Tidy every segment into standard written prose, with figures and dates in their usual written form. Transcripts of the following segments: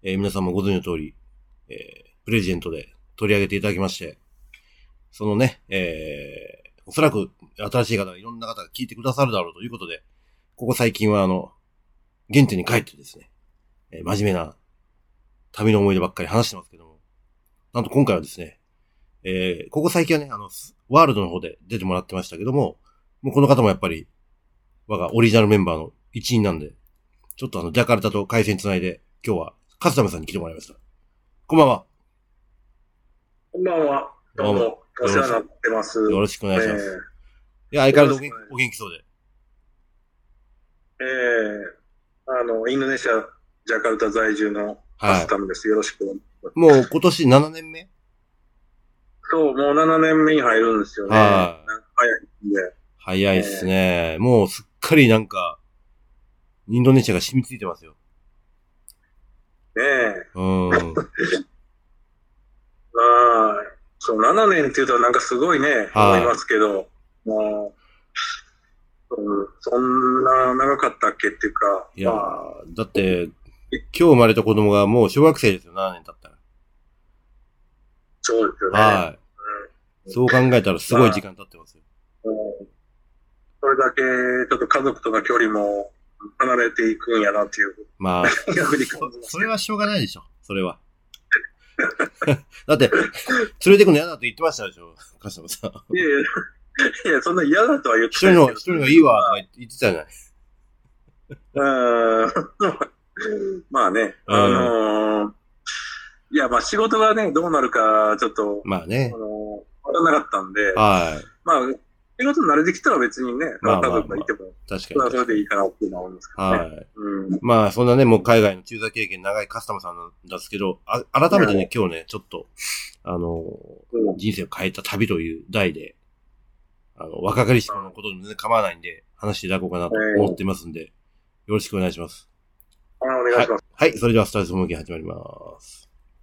皆さんもご存知の通り、プレジデントで取り上げていただきまして、そのね、おそらく新しい方がいろんな方が聞いてくださるだろうということで、ここ最近は原点に帰ってですね、真面目な旅の思い出ばっかり話してますけども、なんと今回はですね、ここ最近はね、ワールドの方で出てもらってましたけども、もうこの方もやっぱり、我がオリジナルメンバーの一員なんで、ちょっとジャカルタと回線つないで、今日はカスタムさんに来てもらいました。こんばんは。 こんばんは。どうも、お世話になってます。 よろしくお願いします。いや、相変わらずお元気そうで。 インドネシア、ジャカルタ在住のカスタムです。はい、よろしくお願いします。 もう今年7年目？ そう、もう7年目に入るんですよね。 はい。 早いんで。 早いっすね。もうすっかりなんか、インドネシアが染みついてますよ。 ねえ。 まあ、そう、7年って言うとなんかすごいね、思いますけど、もう、そんな長かったっけっていうか。 いやだって、今日生まれた子供がもう小学生ですよ、7年経ったら。 そうですよね。 はい。そう考えたらすごい時間経ってますよ。 それだけ、ちょっと家族との距離も離れていくんやなっていう。 まあ、それはしょうがないでしょ、それは。だって、連れてくの嫌だと言ってましたでしょ、カスタムさん。 いや、そんな嫌だとは言ってない。一人がいいわ、とか言ってたじゃない。 まあね、いや、まあ仕事がね、どうなるか、ちょっと、 まあね。 わからなかったんで、 はい。 まあ、仕事慣れてきたら別にね、まあ家族がいても、 確かに。 それでいいかなっていうのは思うんですけどね。 はい。まあ、そんなね、もう海外の駐在経験長いカスタムさんなんですけど、改めてね、今日ね、ちょっと、人生を変えた旅という題で、若かりし頃のことでも全然構わないんで、話していただこうかなと思っていますんで、よろしくお願いします。 お願いします。 はい、それではスタート本気始まります。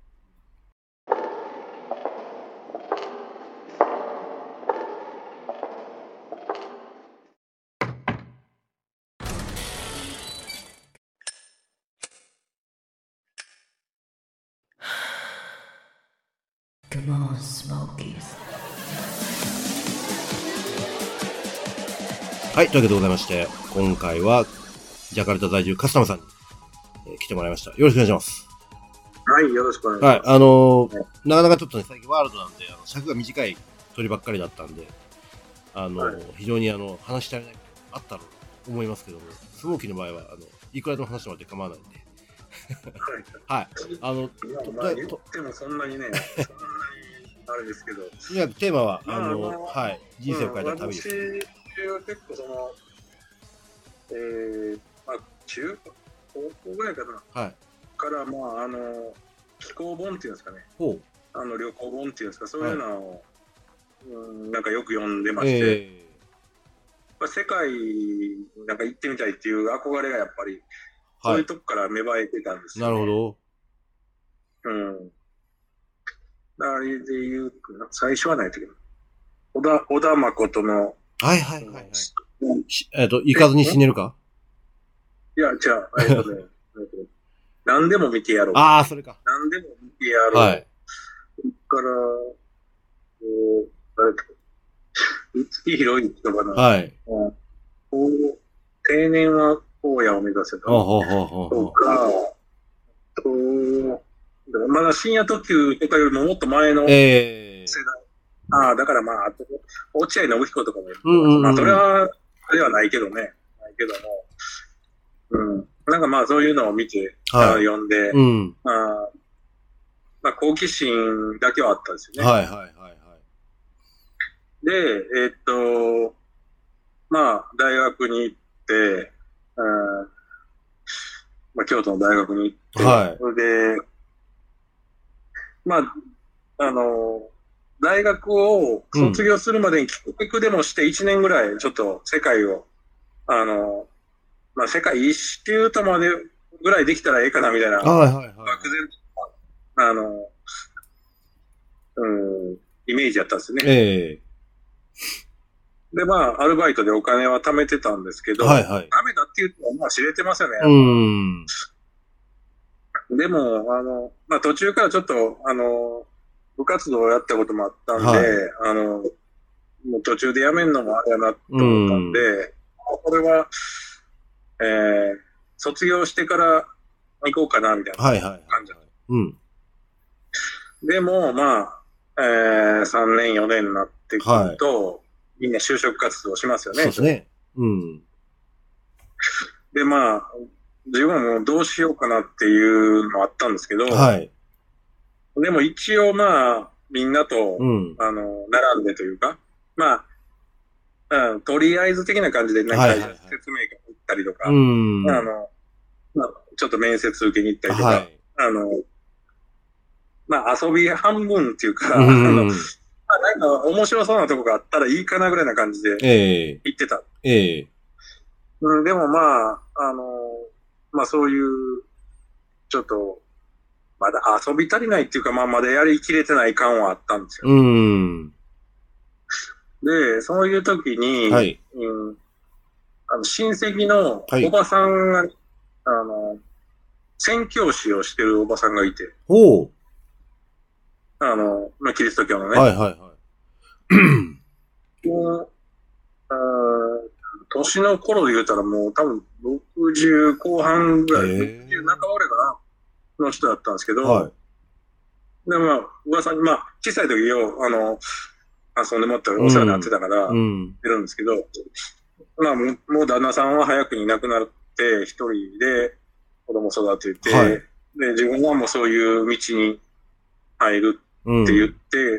はい、というわけでございまして、今回は、ジャカルタ在住カスタムさんに、来てもらいました。よろしくお願いします。 はい、よろしくお願いします。 はい、なかなかちょっとね、最近ワールドなんで、尺が短い鳥ばっかりだったんで、非常に話し足りないことあったと思いますけども、スモーキーの場合は、いくらでも話してもらって構わないんで。はい。 言ってもそんなにね、あれですけど。 とにかくテーマは、はい、人生を変えた旅です。 私は結構まあ、中高校ぐらいかな。はい。から、まあ、寄稿本っていうんですかね。旅行本っていうんですか、そういうのを、なんかよく読んでまして、世界なんか行ってみたいっていう憧れがやっぱり、そういうとこから芽生えてたんですよ、ね。 なるほど。 あれで言う、最初はないとき織田誠の。 はい。行かずに死ねるか？ いや、じゃあ、何でも見てやろう。 ああ、それか。 何でも見てやろう。はい。それから、五木ひろゆきとかな。はい。定年は荒野を目指せた。とか、まだ深夜特急とかよりももっと前の世代。だからまあ、落合信彦とかも、まあ、それは、あれはないけどね。ないけども、なんかまあ、そういうのを見て、読んで、まあ、好奇心だけはあったんですよね。はい。で、まあ、大学に行って、まあ、京都の大学に行って、それで、まあ、大学を卒業するまでに帰国でもして1年ぐらいちょっと世界を、まあ世界一周とまでぐらいできたらええかなみたいな、漠然イメージやったんですね。で、まあ、アルバイトでお金は貯めてたんですけど、ダメだって言うと、まあ知れてますよね。 でも、まあ、途中からちょっと、部活動をやったこともあったんで、はい、もう途中でやめるのもあれやなって思ったんで、これは、卒業してから行こうかな、みたいな感じだった。はいはいはい。うん。でも、まあ、3年、4年になってくると、はい、みんな就職活動しますよね。 そうですね。うん。 で、まあ、自分もどうしようかなっていうのもあったんですけど、はい。でも一応まあ、みんなと、並んでというか、まあ、とりあえず的な感じで、なんか、説明会行ったりとか、まあ、ちょっと面接受けに行ったりとか、はい、まあ、遊び半分っていうか、まあ、なんか面白そうなとこがあったらいいかなぐらいな感じで行ってた。でもまあ、まあそういう、ちょっと、まだ遊び足りないっていうか、まあまだやりきれてない感はあったんですよ。で、そういう時に、はい、親戚のおばさんが、はい、宣教師をしてるおばさんがいて、まあ、キリスト教のね。はいはいはい。年の頃で言うたらもう多分60後半ぐらい、60半ばぐらいかな、の人だったんですけど、はい、で、まあ、噂に、まあ、小さい時よ、遊んでもらったらお世話になってたから、いるんですけど、まあ、もう旦那さんは早くに亡くなって、一人で子供育てて、はい、で、自分はもうそういう道に入るって言って、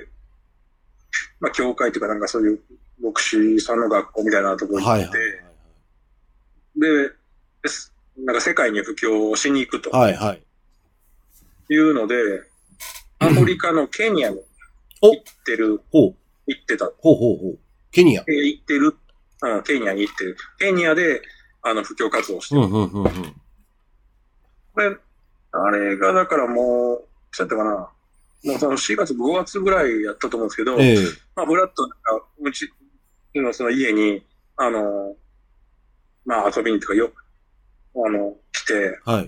まあ、教会というかなんかそういう牧師さんの学校みたいなところに行って、で、なんか世界に布教をしに行くと。はいはい。いうので、アフリカのケニアに行ってた。 ケニア行ってる。ケニアに行ってる。ケニアで、布教活動してる。あれがだからもう、ちょっとかな。もうその4月、5月ぐらいやったと思うんですけど、まあ、ブラッとなんか、うちのその家に、まあ、遊びにとか来て、はい。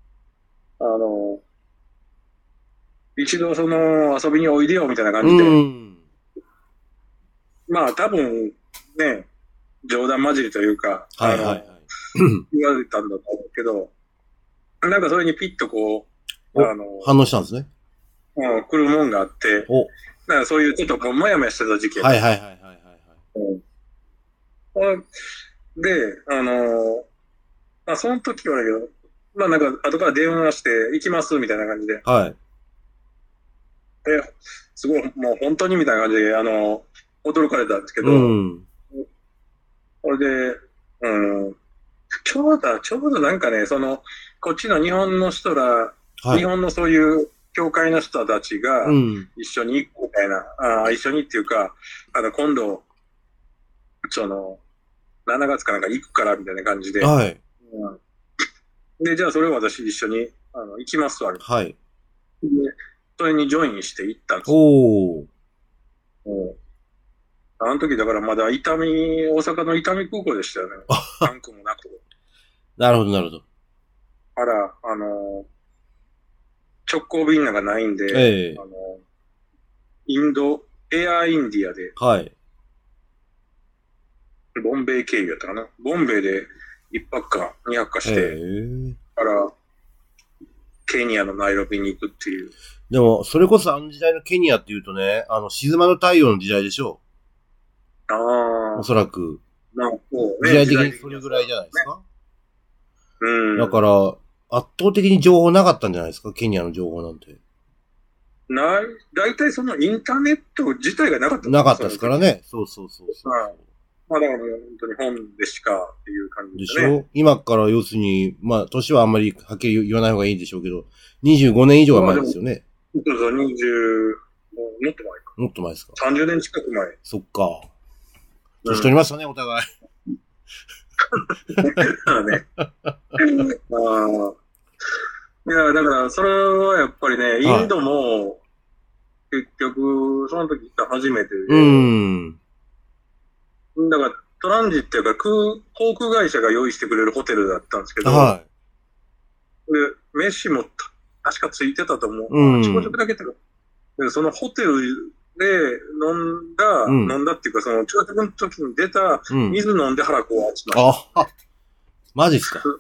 一度その遊びにおいでよみたいな感じで、まあ、多分、ね、冗談交じりというか、はいはいはい、言われたんだと思うけど、なんかそれにピッとこう、 反応したんですね。 来るもんがあって、なんかそういうちょっとこう、もやもやしてた時期。はいはいはいはいはい。で、まあその時はだけど、まあなんか後から電話して行きますみたいな感じで。はい。すごいもう本当にみたいな感じで、驚かれたんですけど、これで、ちょうどなんかね、こっちの日本の人ら、日本のそういう教会の人たちが一緒に行くみたいな、一緒にっていうか、今度、7月かなんか行くからみたいな感じで、はい。で、じゃあそれを私一緒に行きますわ。はい。で、それにジョインして行ったんですよ。あの時だからまだ大阪の伊丹空港でしたよね。タンクもなく。 なるほど、なるほど。 あら、直行便なんかないんで、エアインディアで、はい。ボンベイ経由やったかな。ボンベイで1泊か2泊かして、から、ケニアのナイロビに行くっていう。 でも、それこそあの時代のケニアっていうとね、静まぬ太陽の時代でしょう。おそらく。まあ、時代的にそれぐらいじゃないですか。だから、圧倒的に情報なかったんじゃないですか、ケニアの情報なんて。 大体そのインターネット自体がなかった。 なかったですからね。そうそうそうそう。 まあだからもう本当に本でしかっていう感じですね。でしょ？今から要するに、まあ年はあんまりはっきり言わない方がいいでしょうけど、25年以上は前ですよね。 そうそう、もっと前か。 もっと前ですか。 30年近く前。 そっか。年取りましたね、お互い。 ね。いや、だから、それはやっぱりね、インドも、結局、その時行った初めてで、だから、トランジっていうか、航空会社が用意してくれるホテルだったんですけど、はい。で、 飯も確かついてたと思う。ちょこちょこだけでそのホテルで飲んだっていうか、その朝食の時に出た水飲んで腹壊しました。 マジっすか？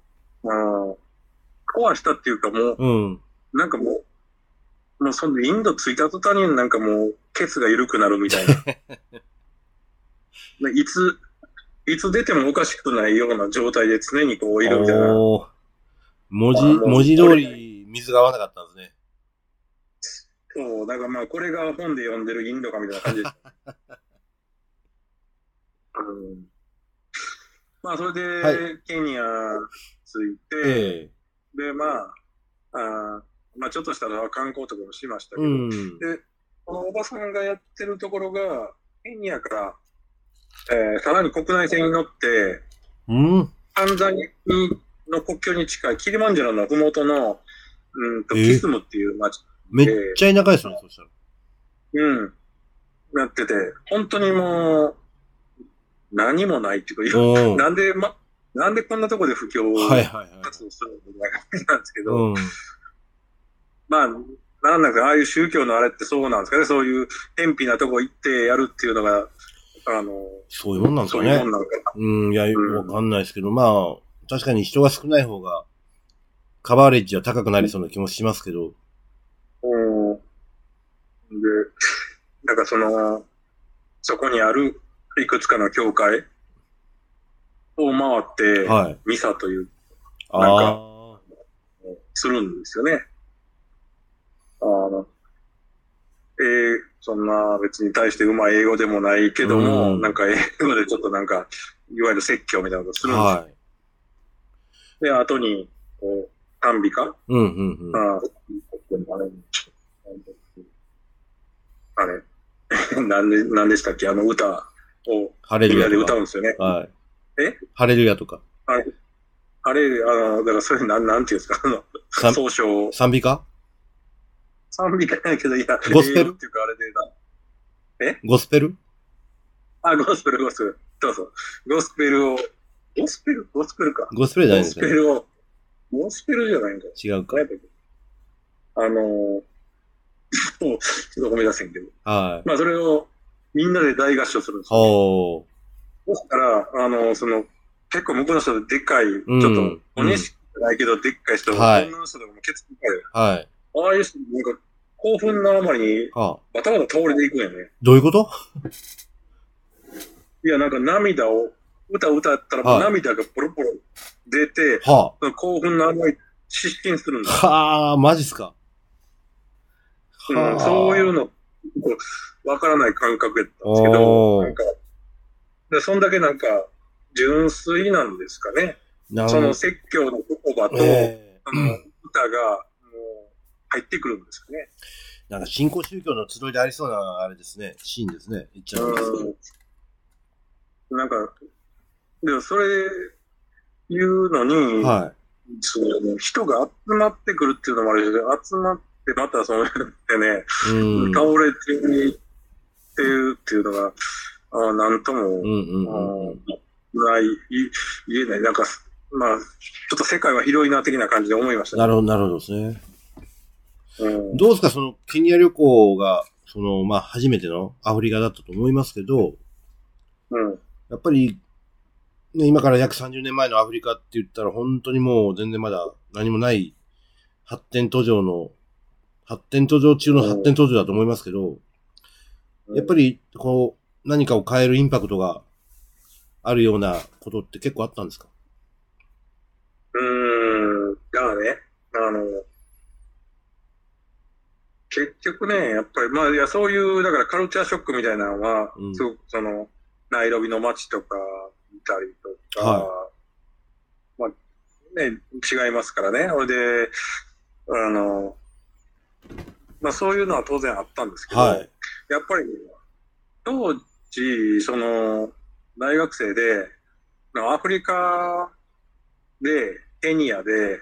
壊したっていうかもう、なんかもうそのインド着いた途端になんかもう、ケツが緩くなるみたいな。いつ出てもおかしくないような状態で常にこういるみたいな。 文字通り水が合わなかったんですね。 そう、だからまあこれが本で読んでるインドかみたいな感じです。まあそれで、ケニア着いて、で、まあちょっとしたら観光とかもしましたけど、で、このおばさんがやってるところが、ケニアから、さらに国内線に乗って、タンザニアの国境に近いキリマンジャロのふもとの、キスムっていう町。 めっちゃ田舎ですね、そしたら。 なってて、本当にもう、何もないっていうか、なんでこんなとこで布教活動するのかなんですけど、まあ、なんだか、ああいう宗教のあれってそうなんですかね、そういう偏僻なとこ行ってやるっていうのが、 そういうもんなんですかね。そういうもんなのかな。いや、わかんないですけど、まあ、確かに人が少ない方が、カバーレッジは高くなりそうな気もしますけど。 で、なんかそこにあるいくつかの教会を回って、ミサという、なんか、するんですよね。そんな別に対してうまい英語でもないけども、なんか英語でちょっとなんか、いわゆる説教みたいなことするんですよ。で、後に、賛美歌あれ何でしたっけ歌を、みんなで歌うんですよね。 ハレルヤとか。 ハレルヤ、だからそれなんていうんですか総称。 賛美歌賛美歌やけど、いや、 ゴスペルっていうかあれでゴスペルゴスペル。そうそう。ゴスペルか。 ゴスペルじゃないですか。 ゴスペルじゃないんか。 違うか。 ちょっと思い出せんけど。 まあ、それをみんなで大合唱するんですよ。そしたら、結構向こうの人ででっかい、ちょっと、おねしじゃないけど、でっかい人、女の人とかもケツでかい。ああいう人、なんか、興奮のあまりに、バタバタ倒れていくんやね。 どういうこと？ いや、なんか歌ったらもう涙がポロポロ出て、興奮のあまり失神するんだ。 マジっすか。 そういうの、わからない感覚やったんですけど、なんか、そんだけなんか、純粋なんですかね。その説教の言葉と、歌が、入ってくるんですかね。 なんか新興宗教の集いでありそうなあれですね、シーンですね。言っちゃうんですけど。 なんか、でもそれ言うのに、人が集まってくるっていうのもあるし、集まってまたそうやってね、倒れていってるっていうのが、なんとも、言えない。なんか、まあ、ちょっと世界は広いな的な感じで思いましたね。 なるほどですね。どうですか、その、ケニア旅行が、まあ、初めてのアフリカだったと思いますけど、やっぱり、ね、今から約30年前のアフリカって言ったら、本当にもう全然まだ何もない発展途上中の発展途上だと思いますけど、やっぱり、何かを変えるインパクトがあるようなことって結構あったんですか？ だからね、結局ね、やっぱり、まあ、いや、そういう、だからカルチャーショックみたいなのは、すごくナイロビの街とか見たりとか、まあ、ね、違いますからね。それで、まあ、そういうのは当然あったんですけど、やっぱり、当時、大学生で、アフリカで、ケニアで、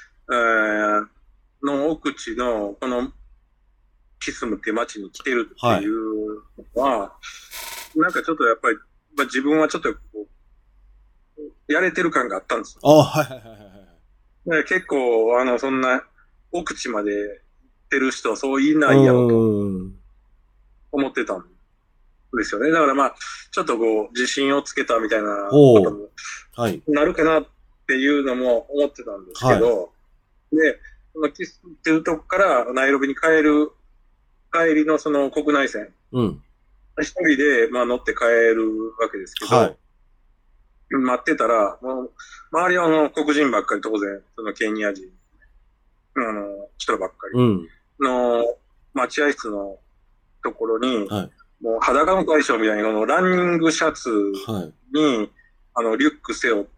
の奥地の、この、キスムっていう街に来てるっていうのは、なんかちょっとやっぱり、自分はちょっとやれてる感があったんですよ。 結構、そんな、奥地まで行ってる人はそういないやろと思ってたんですよね。だからまあ、ちょっとこう、自信をつけたみたいなことも、なるかなっていうのも思ってたんですけど、で、そのキスっていうとこからナイロビに帰りのその国内線、一人で、まあ、乗って帰るわけですけど、待ってたら、もう、周りは黒人ばっかり、当然、そのケニア人、人ばっかりの、待合室のところに、もう裸の大将みたいに、ランニングシャツに、リュック背負った、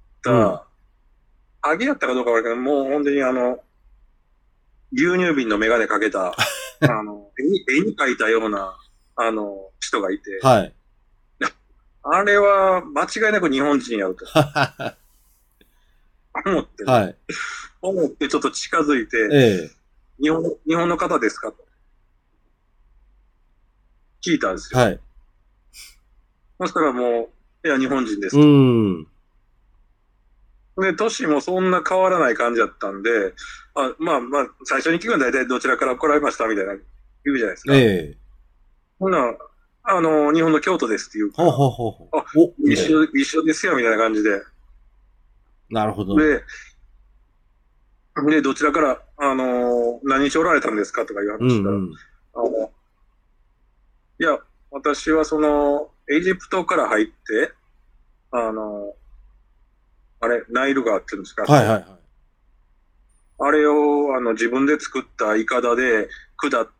ハゲやったかどうかわからないけど、もう本当に牛乳瓶のメガネかけた、絵に描いたような、人がいて、あれは間違いなく日本人やると。思って、思ってちょっと近づいて、日本の方ですかと聞いたんですよ。そしたらもう、いや、日本人ですと。で、年もそんな変わらない感じだったんで、まあ、最初に聞くのは大体どちらから来られましたみたいな言うじゃないですか。ほな、日本の京都ですって言うから、一緒ですよみたいな感じで。 なるほど。 で、どちらから、何日おられたんですかとか言われましたら、いや、私はエジプトから入って、ナイル川って言うんですか。あれを、自分で作ったイカダで下って、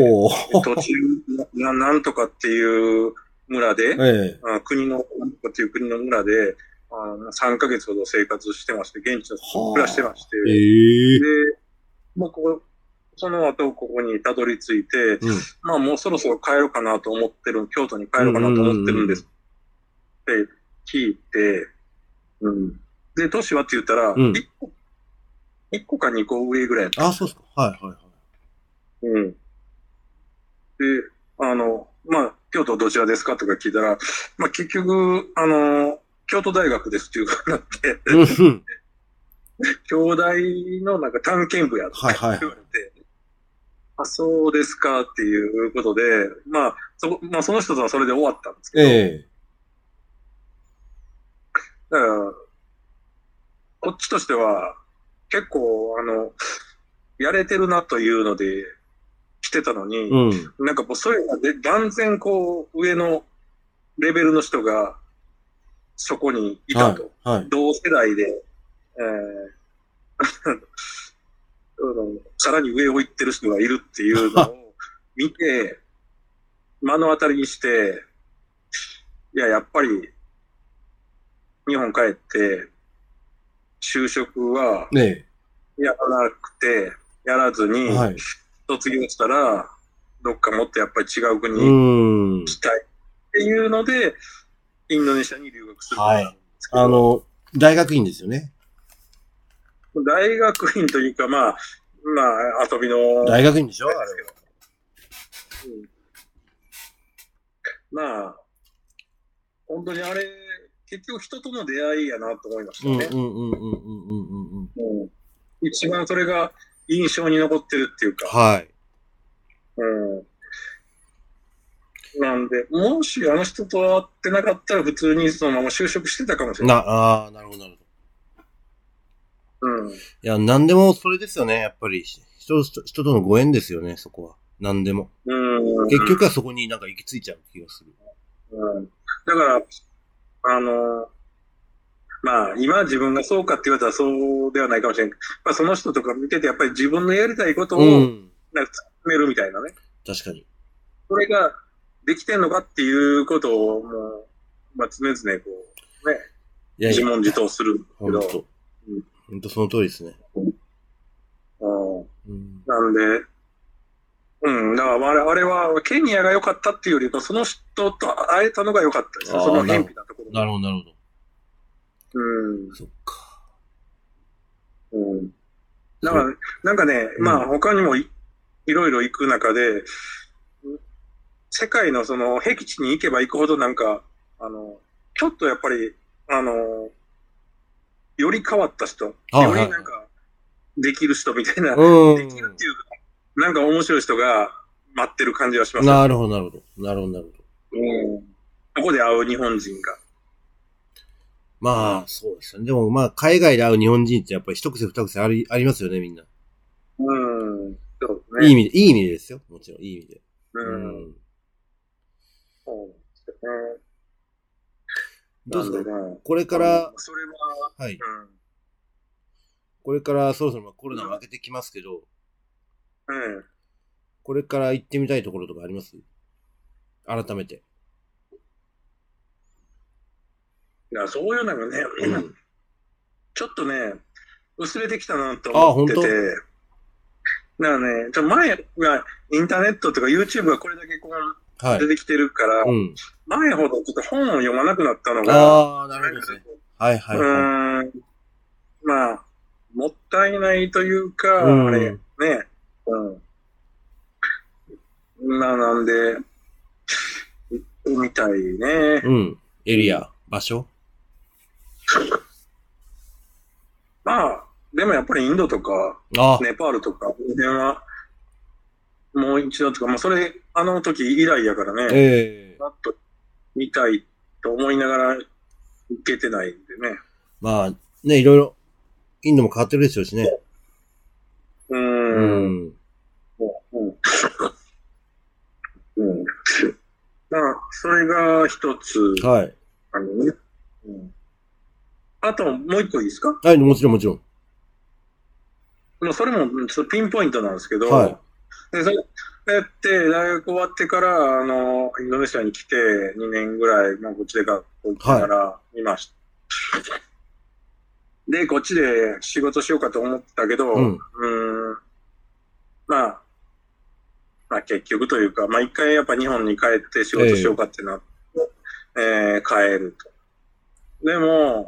途中、なんとかっていう村で、国の村で、3ヶ月ほど生活してまして、現地の暮らしてまして、で、もうその後ここにたどり着いて、まあもうそろそろ帰ろうかなと思ってる、京都に帰ろうかなと思ってるんですって聞いて、で、年はって言ったら、1個か2個上ぐらいやった。 そうですか。 で、まあ、京都どちらですかとか聞いたら、まあ結局、京都大学ですっていうことになって、京大のなんか探検部やとか言われて、そうですかっていうことで、まあ、その人とはそれで終わったんですけど、だから、こっちとしては、結構、やれてるなというので来てたのに、なんかもうそれが断然こう、上のレベルの人がそこにいたと。同世代で、さらに上を行ってる人がいるっていうのを見て、目の当たりにして、いや、やっぱり、日本帰って、就職は、やらなくて、やらずに、卒業したら、どっかもっとやっぱり違う国に行きたいっていうので、インドネシアに留学する。 大学院ですよね。 大学院というか、まあ、遊びの。 大学院でしょあれは。 まあ、本当にあれ、結局人との出会いやなと思いましたね。一番それが印象に残ってるっていうか。なんで、もしあの人と会ってなかったら普通にそのまま就職してたかもしれない。 なるほど。いや、なんでもそれですよね、やっぱり。人とのご縁ですよね、そこは。なんでも。結局はそこになんか行き着いちゃう気がする。 だから、まあ、今自分がそうかって言われたらそうではないかもしれんけど、まあ、その人とか見てて、やっぱり自分のやりたいことを、なんか詰めるみたいなね。 確かに。 それができてんのかっていうことを、もう、まあ、常々こう、ね、自問自答するんですけど。 本当その通りですね。 なんで、だからあれは、ケニアが良かったっていうよりも、その人と会えたのが良かったですよ。その偏僻なところ。 なるほど。そっか。 だから、なんかね、まあ他にもいろいろ行く中で、世界のその僻地に行けば行くほどなんか、ちょっとやっぱり、より変わった人、よりなんかできる人みたいな、 うん。 できるっていうか、なんか面白い人が待ってる感じはします。 なるほど、なるほど。なるほど、なるほど。 ここで会う日本人が。 まあ、そうですよね。でも、まあ、海外で会う日本人ってやっぱり一癖二癖ありますよね、みんな。 そうですね。 いい意味でですよ。もちろん、いい意味で。 そうですね。 どうですか、これから、 それは、 はい。これからそろそろコロナも明けてきますけど、これから行ってみたいところとかあります？改めて。 いや、そういうのがね、ちょっとね、薄れてきたなと思ってて、だからね、前がインターネットとか YouTube がこれだけこう出てきてるから、前ほどちょっと本を読まなくなったのが、 ああ、なるほどですね。はいはいはい。まあ、もったいないというか、あれ、ね、なんで、行ってみたいね。 エリア、場所まあ、でもやっぱりインドとか、ネパールとか、もう一度とか、まあそれ、あの時以来やからね、もっと見たいと思いながら行けてないんでね。 まあ、ね、いろいろ、インドも変わってるでしょうしね。 まあ、それが一つ。 はい。 あと、もう一個いいですか？ はい、もちろんもちろん。 もうそれもちょっとピンポイントなんですけど、はい。で、それやって、大学終わってから、インドネシアに来て、2年ぐらい、まあ、こっちで学校行ってからいました。で、こっちで仕事しようかと思ったけど、まあ結局というか、まあ一回やっぱ日本に帰って仕事しようかってなって、帰ると。でも、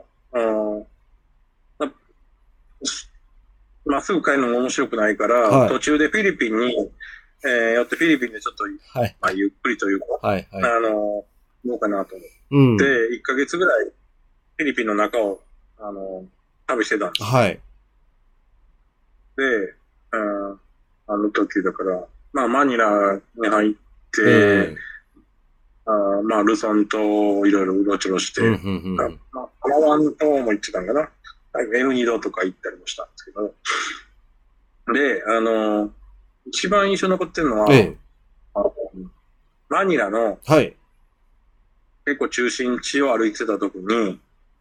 まっすぐ帰るのも面白くないから、途中でフィリピンに、寄ってフィリピンでちょっと、まあゆっくりというか、どうかなと思って、1ヶ月ぐらいフィリピンの中を、旅してたんです。はい。で、あの時だから、まあマニラに入って、まあルソン島いろいろうろちょろして、まあパラワン島も行ってたんかな。エルニドとか行ったりもしたんですけど。で、一番印象残ってるのは、マニラの、結構中心地を歩いてた時に、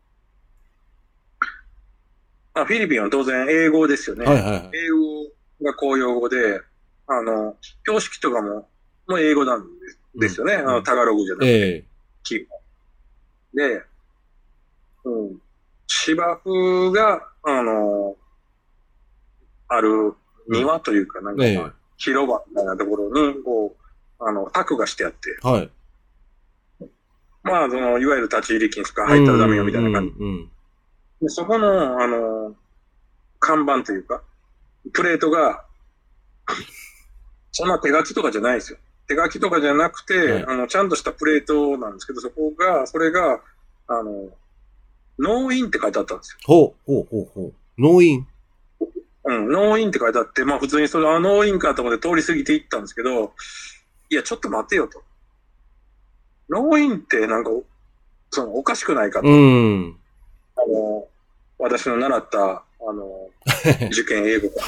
まあ、フィリピンは当然英語ですよね。英語が公用語で、標識とかも英語なんですよね。タガログじゃなくて。で、芝生が、ある庭というか、なんか、広場みたいなところに、こう、卓がしてあって、まあ、いわゆる立ち入り禁止か入ったらダメよみたいな感じ。でそこの、看板というか、プレートが、そんな手書きとかじゃないですよ。手書きとかじゃなくて、ちゃんとしたプレートなんですけど、それが、ノーインって書いてあったんですよ。 ノーイン？ ノーインって書いてあって、まあ普通にそれはノーインかと思って通り過ぎていったんですけど、いや、ちょっと待てよと。ノーインってなんか、おかしくないかと。私の習った、受験英語が。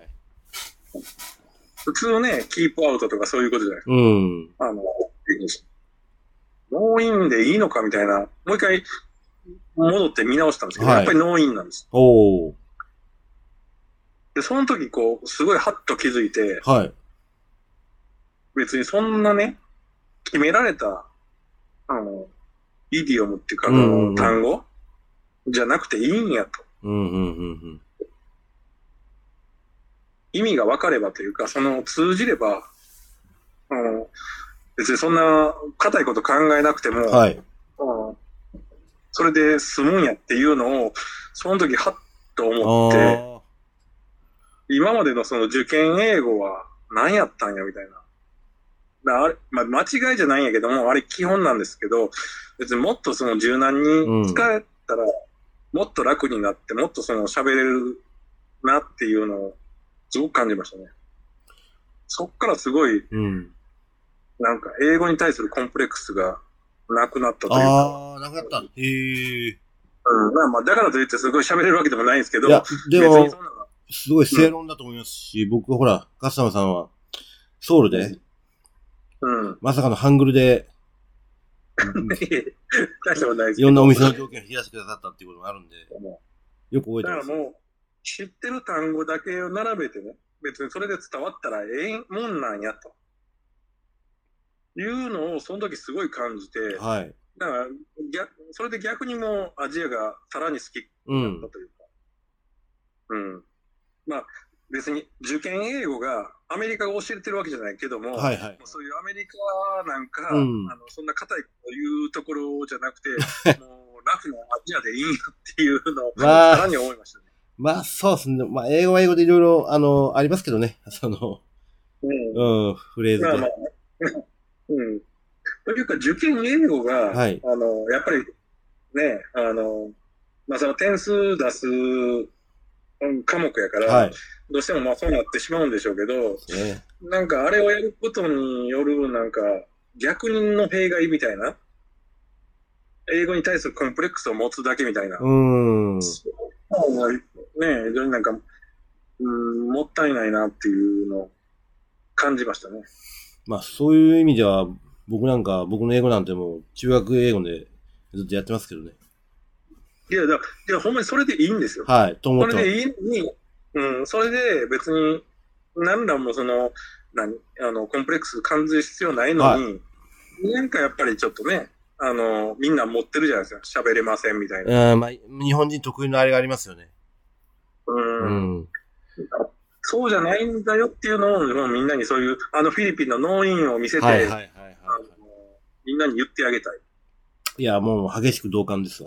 普通ね、キープアウトとかそういうことじゃないですか。ノーインでいいのかみたいな、もう一回戻って見直したんですけど、やっぱりノーインなんです。で、その時こう、すごいハッと気づいて、別にそんなね、決められた、イディオムっていうか、単語じゃなくていいんやと。意味が分かればというか、通じれば、別にそんな固いこと考えなくても、それで済むんやっていうのを、その時ハッと思って、今までのその受験英語は何やったんやみたいな。あれ、まあ、間違いじゃないんやけども、あれ基本なんですけど、別にもっとその柔軟に使えたら、もっと楽になって、もっとその喋れるなっていうのをすごく感じましたね。そっからすごい、なんか英語に対するコンプレックスがなくなったというか。 ああ、なくなった。へえ。 まあ、だからといってすごい喋れるわけでもないんですけど。 いや、でも、すごい正論だと思いますし、僕ほら、カスタマさんは、ソウルで、まさかのハングルで、 大したことないですけど。 いろんなお店の条件を引き出してくださったっていうことがあるんで、よく覚えてます。 だからもう、知ってる単語だけを並べてね、別にそれで伝わったらええもんなんやと。いうのをその時すごい感じて、 はい。 だからそれで逆にもうアジアがさらに好きになったというか、まあ別に受験英語がアメリカが教えてるわけじゃないけども、 はいはい、 そういうアメリカなんか、そんな硬いこと言うところじゃなくて、もうラフなアジアでいいよっていうのをさらに思いましたね。 まあそうですね。まあ英語は英語でいろいろありますけどね。フレーズで。 というか、受験英語が、やっぱりね、まあ、その点数出す科目やから、どうしてもまあそうなってしまうんでしょうけど、なんかあれをやることによる、なんか逆の弊害みたいな、英語に対するコンプレックスを持つだけみたいな。ね、非常になんか、もったいないなっていうのを感じましたね。 まあそういう意味では、僕の英語なんてもう中学英語でずっとやってますけどね。 いや、ほんまにそれでいいんですよ。 はい、と思ってます。 それでいいのに、それで別に、何らもコンプレックス感じる必要ないのに、なんかやっぱりちょっとね、みんな持ってるじゃないですか。喋れませんみたいな。 まあ、日本人特有のあれがありますよね。 そうじゃないんだよっていうのを、みんなにそういう、フィリピンの農園を見せて、みんなに言ってあげたい。 いや、もう激しく同感ですわ。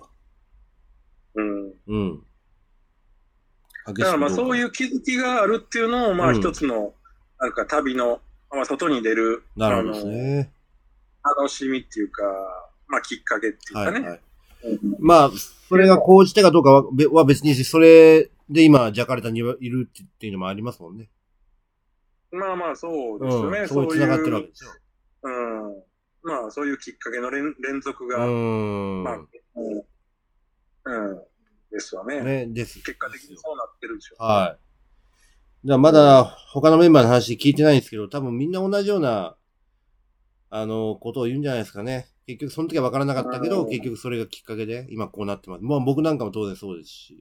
だからまあそういう気づきがあるっていうのを、まあ一つの、なんか旅の、まあ外に出る、楽しみっていうか、まあきっかけっていうかね。 まあ、それが講じてかどうかは別にして、それで今、ジャカルタにいるっていうのもありますもんね。 まあまあそうですよね。 そういう繋がってるわけですよ。 まあそういうきっかけの連続が、まあ、ですわね。結果的にそうなってるでしょう。 はい。じゃあまだ他のメンバーの話聞いてないんですけど、多分みんな同じような、ことを言うんじゃないですかね。結局その時は分からなかったけど、結局それがきっかけで今こうなってます。まあ僕なんかも当然そうですし。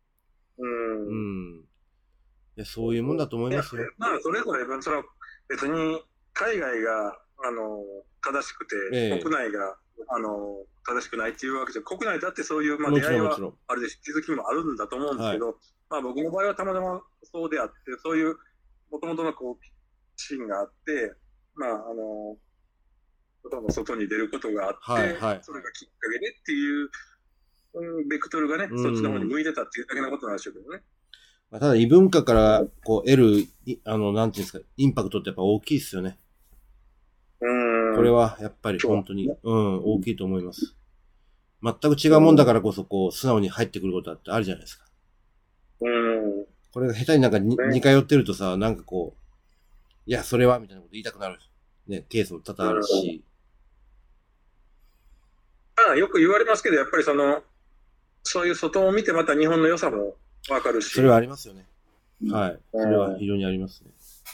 いや、そういうもんだと思いますよ。 まあそれぞれ、別に海外が、正しくて、国内が、正しくないっていうわけじゃ、国内だってそういう、まあ、出会いはあるでし、気づきもあるんだと思うんですけど、まあ僕の場合はたまたまそうであって、そういう、もともとのこう、シーンがあって、まあ、外に出ることがあって、それがきっかけでっていう、ベクトルがね、そっちの方に向いてたっていうだけのことなんでしょうけどね。 ただ異文化からこう得る、なんていうんですか、インパクトってやっぱ大きいですよね。これはやっぱり本当に、大きいと思います。全く違うもんだからこそ、こう、素直に入ってくることだってあるじゃないですか。これが下手になんか似通ってるとさ、なんかこう、いや、それはみたいなこと言いたくなる、ね、ケースも多々あるし。 よく言われますけど、やっぱりそういう外を見てまた日本の良さもわかるし。 それはありますよね。はい。それは非常にありますね。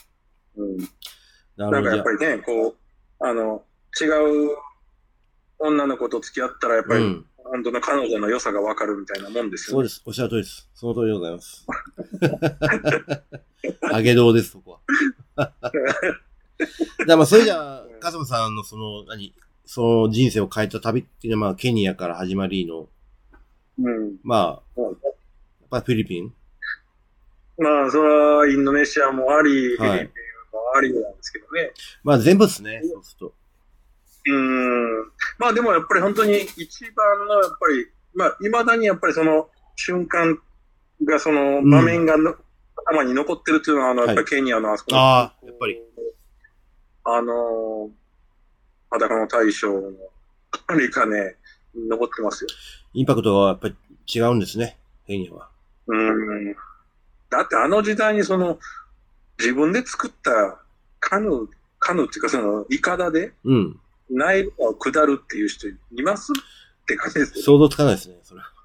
なんかやっぱりね、こう、違う女の子と付き合ったらやっぱり、本当の彼女の良さがわかるみたいなもんですよね。 そうです。おっしゃる通りです。その通りでございます。あげどうです、そこは。まあ、それじゃあ、カスムさんのその人生を変えた旅っていうのは、まあ、ケニアから始まりの、まあ、やっぱりフィリピン？ まあ、それはインドネシアもあり、フィリピンもありなんですけどね。 まあ、全部ですね、そうすると。 まあでもやっぱり本当に一番のやっぱり、まあ未だにやっぱりその瞬間がその場面が頭に残ってるっていうのはやっぱりケニアのあそこの、 やっぱり。 裸の大将のあれがね、残ってますよ。 インパクトがやっぱり違うんですね、ケニアは。 だってあの時代に自分で作ったカヌーっていうかイカダで、ナイル川を下るっていう人いますって感じですよ。 想像つかないですね、それは。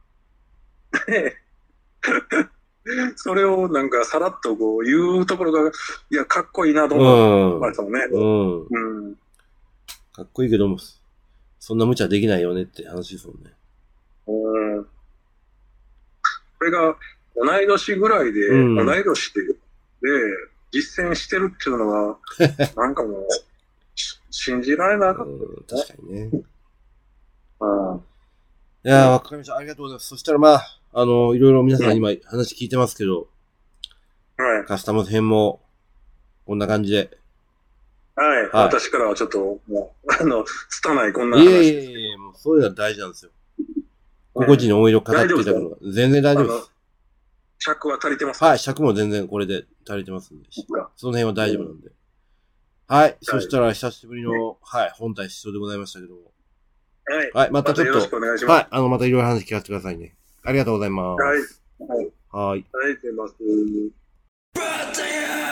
それをなんかさらっとこう言うところが、いや、かっこいいなと思いましたもんね。 かっこいいけども、そんな無茶できないよねって話ですもんね。 これが同い年ぐらいで、同い年で、実践してるっていうのは、なんかもう、信じられなかった、 確かにね。いやー、わかりました。ありがとうございます。そしたらまあ、いろいろ皆さん今話聞いてますけど、カスタム編も、こんな感じで。 はい。私からはちょっと、もう、拙いこんな話。いえ、もうそういうのは大事なんですよ。個々人の思いを語っていただくのが。全然大丈夫です。 尺は足りてますか？ はい、尺も全然これで足りてますんで。その辺は大丈夫なんで。はい。そしたら久しぶりの、本体出場でございましたけども。はい。またちょっと、 よろしくお願いします。 またいろいろ話聞かせてくださいね。ありがとうございます。 はい。ありがとうございます。